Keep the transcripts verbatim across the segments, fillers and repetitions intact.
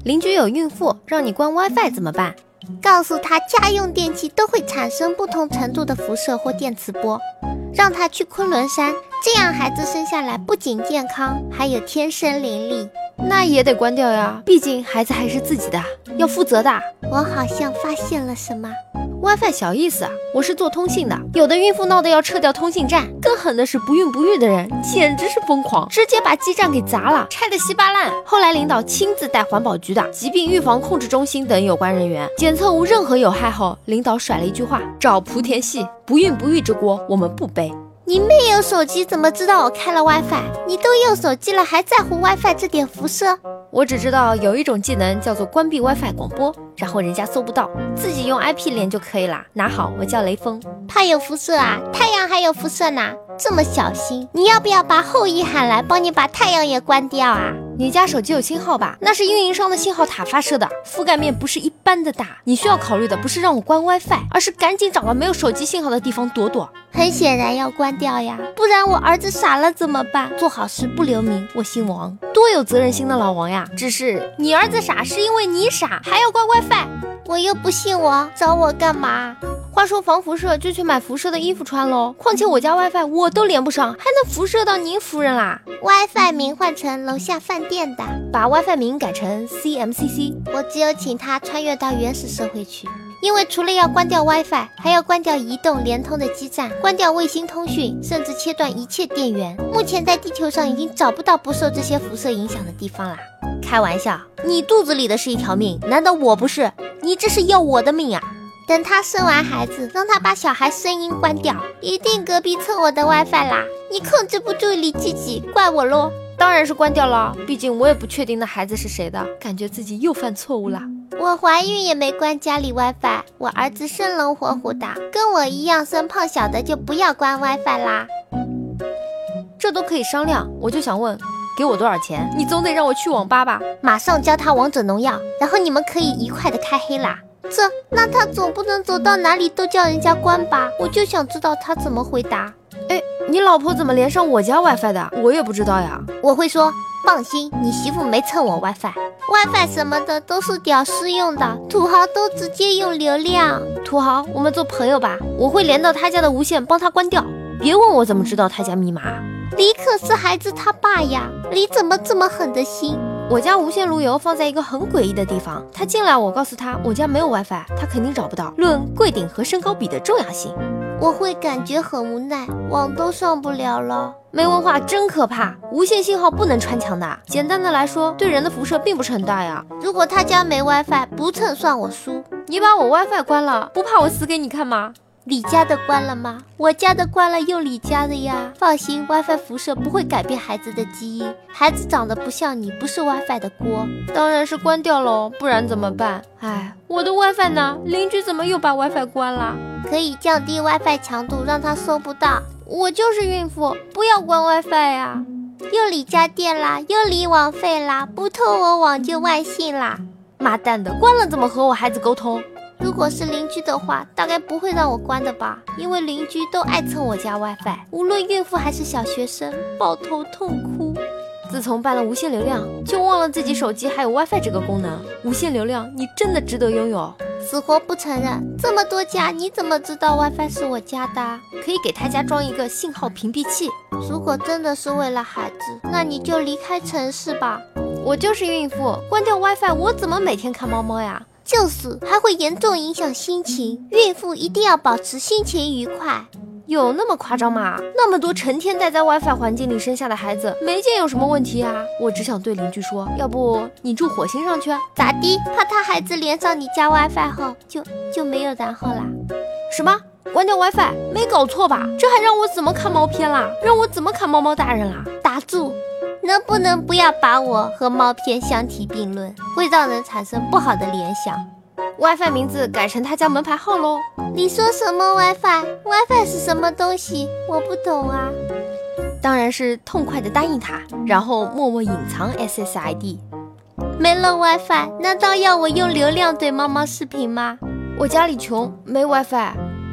邻居有孕妇，让你关 WiFi 怎么办？ 告诉他家用电器都会产生不同程度的辐射或电磁波，让他去昆仑山，这样孩子生下来不仅健康，还有天生灵力。 那也得关掉呀，毕竟孩子还是自己的，要负责的。 我好像发现了什么。 WiFi 小意思啊，我是做通信的，有的孕妇闹得要撤掉通信站，更狠的是不孕不育的人，简直是疯狂，直接把基站给砸了，拆得稀巴烂。后来领导亲自带环保局的、疾病预防控制中心等有关人员检测无任何有害后，领导甩了一句话：找莆田系，不孕不育这锅我们不背。 你没有手机怎么知道我开了 WiFi？ 你都用手机了还在乎 WiFi 这点辐射？ 我只知道有一种技能叫做关闭 WiFi 广播，然后人家搜不到，自己用 I P 连就可以啦。拿好，我叫雷锋。 怕有辐射啊？太阳还有辐射呢，这么小心，你要不要把后羿喊来帮你把太阳也关掉啊？ 你家手机有信号吧？那是运营商的信号塔发射的，覆盖面不是一般的大。你需要考虑的不是让我关 WiFi， 而是赶紧找个没有手机信号的地方躲躲。 很显然要关掉呀，不然我儿子傻了怎么办？做好事不留名，我姓王。 多有责任心的老王呀！只是你儿子傻是因为你傻，还要关 WiFi。 我又不姓王，找我干嘛？ 话说防辐射就去买辐射的衣服穿咯，况且我家 WiFi 我都连不上，还能辐射到您夫人啦。 WiFi 名换成楼下饭店的， 把 WiFi 名改成 C M C C。 我只有请他穿越到原始社会去，因为除了要关掉 WiFi， 还要关掉移动联通的基站，关掉卫星通讯，甚至切断一切电源。目前在地球上已经找不到不受这些辐射影响的地方啦。开玩笑，你肚子里的是一条命，难道我不是？你这是要我的命啊！等他生完孩子，让他把小孩声音关掉，一定隔壁蹭我的 WiFi 啦。你控制不住你自己，怪我咯。 当然是关掉了，毕竟我也不确定那孩子是谁的，感觉自己又犯错误了。 我怀孕也没关家里 WiFi， 我儿子生龙活虎的，跟我一样生胖小的就不要关 WiFi 啦。 这都可以商量，我就想问，给我多少钱？你总得让我去网吧吧？ 马上教他王者荣耀，然后你们可以一块的开黑啦。这那他总不能走到哪里都叫人家关吧？我就想知道他怎么回答。 哎，你老婆怎么连上我家 WiFi 的？我也不知道呀。 我会说，放心，你媳妇没蹭我 WiFi。WiFi 什么的都是屌丝用的，土豪都直接用流量。 土豪，我们做朋友吧，我会连到他家的无线帮他关掉。别问我怎么知道他家密码。 李可是孩子他爸呀，你怎么这么狠的心？ 我家无线路由放在一个很诡异的地方，他进来我告诉他我家没有 WiFi， 他肯定找不到。论柜顶和身高比的重要性， 我会感觉很无奈，网都上不了了。 没文化真可怕，无线信号不能穿墙的。简单的来说，对人的辐射并不是很大呀。 如果他家没 WiFi， 不蹭算我输。 你把我 WiFi 关了，不怕我死给你看吗？ 你家的关了吗？我家的关了，用你家的呀。放心 ，WiFi 辐射不会改变孩子的基因，孩子长得不像你，不是 WiFi 的锅。 当然是关掉喽，不然怎么办？哎，我的 WiFi 呢？邻居怎么又把 WiFi 关了？ 可以降低 WiFi 强度，让他搜不到。 我就是孕妇，不要关 WiFi 呀。 又你家电啦，又你网费啦，不透我网就万幸啦。 妈蛋的，关了怎么和我孩子沟通？ 如果是邻居的话，大概不会让我关的吧，因为邻居都爱蹭我家 WiFi， 无论孕妇还是小学生，抱头痛哭。 自从办了无线流量，就忘了自己手机还有 WiFi 这个功能。无线流量，你真的值得拥有。 死活不承认，这么多家，你怎么知道 WiFi 是我家的？ 可以给他家装一个信号屏蔽器。 如果真的是为了孩子，那你就离开城市吧。 我就是孕妇，关掉 WiFi， 我怎么每天看猫猫呀？ 就是，还会严重影响心情。孕妇一定要保持心情愉快。 有那么夸张吗？那么多成天待在 WiFi 环境里生下的孩子，没见有什么问题啊。我只想对邻居说，要不你住火星上去啊？ 咋的？怕他孩子连上你家 WiFi 后，就就没有然后啦？ 什么？关掉 WiFi？没搞错吧？这还让我怎么看猫片啦？让我怎么看猫猫大人啦？ 打住！能不能不要把我和猫片相提并论，会让人产生不好的联想。 WiFi 名字改成他家门牌号咯。 你说什么 WiFi？WiFi 是什么东西？我不懂啊。 当然是痛快的答应他，然后默默隐藏 S S I D。 没了 WiFi， 难道要我用流量怼猫猫视频吗？ 我家里穷，没 WiFi。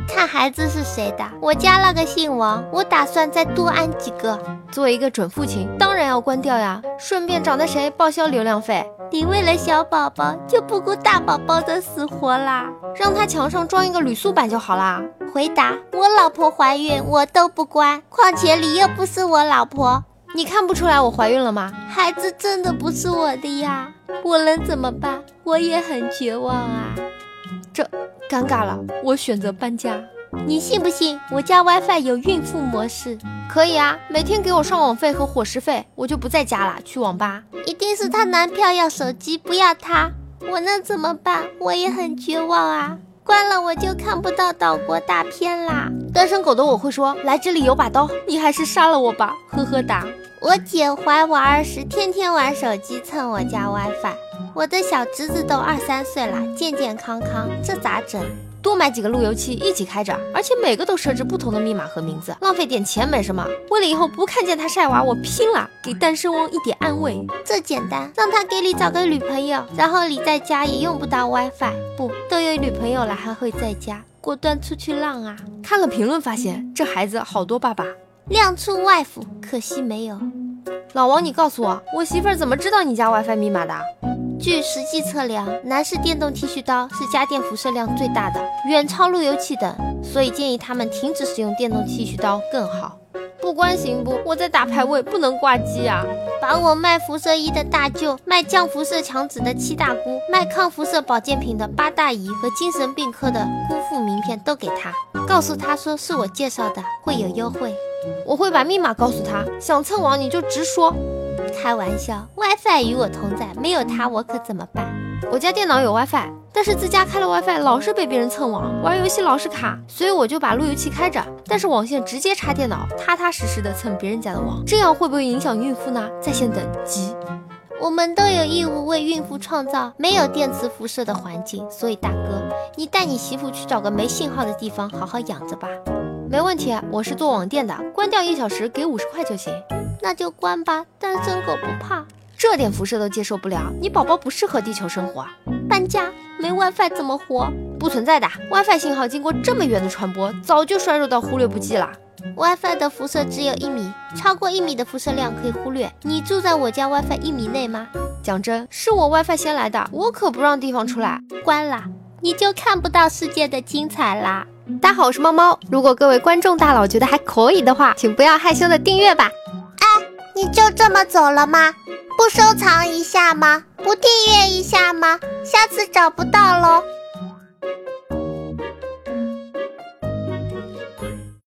看孩子是谁的。我家那个姓王，我打算再多安几个。 作为一个准父亲，当然要关掉呀，顺便找那谁报销流量费。 你为了小宝宝就不顾大宝宝的死活啦？ 让他墙上装一个铝塑板就好啦。 回答：我老婆怀孕我都不关，况且你又不是我老婆。 你看不出来我怀孕了吗？ 孩子真的不是我的呀，我能怎么办？我也很绝望啊。 这尴尬了，我选择搬家。 你信不信我家 WiFi 有孕妇模式？ 可以啊，每天给我上网费和伙食费，我就不在家了，去网吧。 一定是他男票要手机，不要他，我能怎么办？我也很绝望啊。关了我就看不到岛国大片啦。 单身狗的我会说，来这里有把刀，你还是杀了我吧，呵呵哒。 我姐怀我儿时天天玩手机蹭我家 WiFi， 我的小侄子都二三岁了，健健康康，这咋整？ 多买几个路由器一起开着，而且每个都设置不同的密码和名字，浪费点钱没什么。为了以后不看见他晒娃，我拼了，给单身汪一点安慰。 这简单，让他给你找个女朋友，然后你在家也用不到 WiFi， 不都有女朋友了还会在家，果断出去浪啊。 看了评论发现这孩子好多爸爸， 亮出外父，可惜没有。 老王，你告诉我，我媳妇儿怎么知道你家 WiFi 密码的？ 据实际测量，男士电动剃须刀是家电辐射量最大的，远超路由器等，所以建议他们停止使用电动剃须刀更好。不关行不？我在打排位，不能挂机啊！ 把我卖辐射衣的大舅、卖降辐射墙纸的七大姑、卖抗辐射保健品的八大姨和精神病科的姑父名片都给他，告诉他说是我介绍的，会有优惠。 我会把密码告诉他，想蹭网你就直说。 开玩笑 ，WiFi 与我同在，没有他我可怎么办？ 我家电脑有 WiFi， 但是自家开了 WiFi 老是被别人蹭网，玩游戏老是卡，所以我就把路由器开着，但是网线直接插电脑，踏踏实实的蹭别人家的网，这样会不会影响孕妇呢？在线等急。 我们都有义务为孕妇创造没有电磁辐射的环境，所以大哥，你带你媳妇去找个没信号的地方好好养着吧。 没问题，我是做网店的，关掉一小时给五十块就行。 那就关吧，单身狗不怕。 这点辐射都接受不了，你宝宝不适合地球生活。 搬家没 WiFi 怎么活？ 不存在的 ，WiFi 信号经过这么远的传播，早就衰弱到忽略不计了。 WiFi 的辐射只有一米，超过一米的辐射量可以忽略。你住在我家 WiFi 一米内吗？ 讲真，是我 WiFi 先来的，我可不让地方出来。 关了，你就看不到世界的精彩啦。 大家好，我是猫猫。如果各位观众大佬觉得还可以的话，请不要害羞的订阅吧。 哎，你就这么走了吗？不收藏一下吗？不订阅一下吗？下次找不到咯。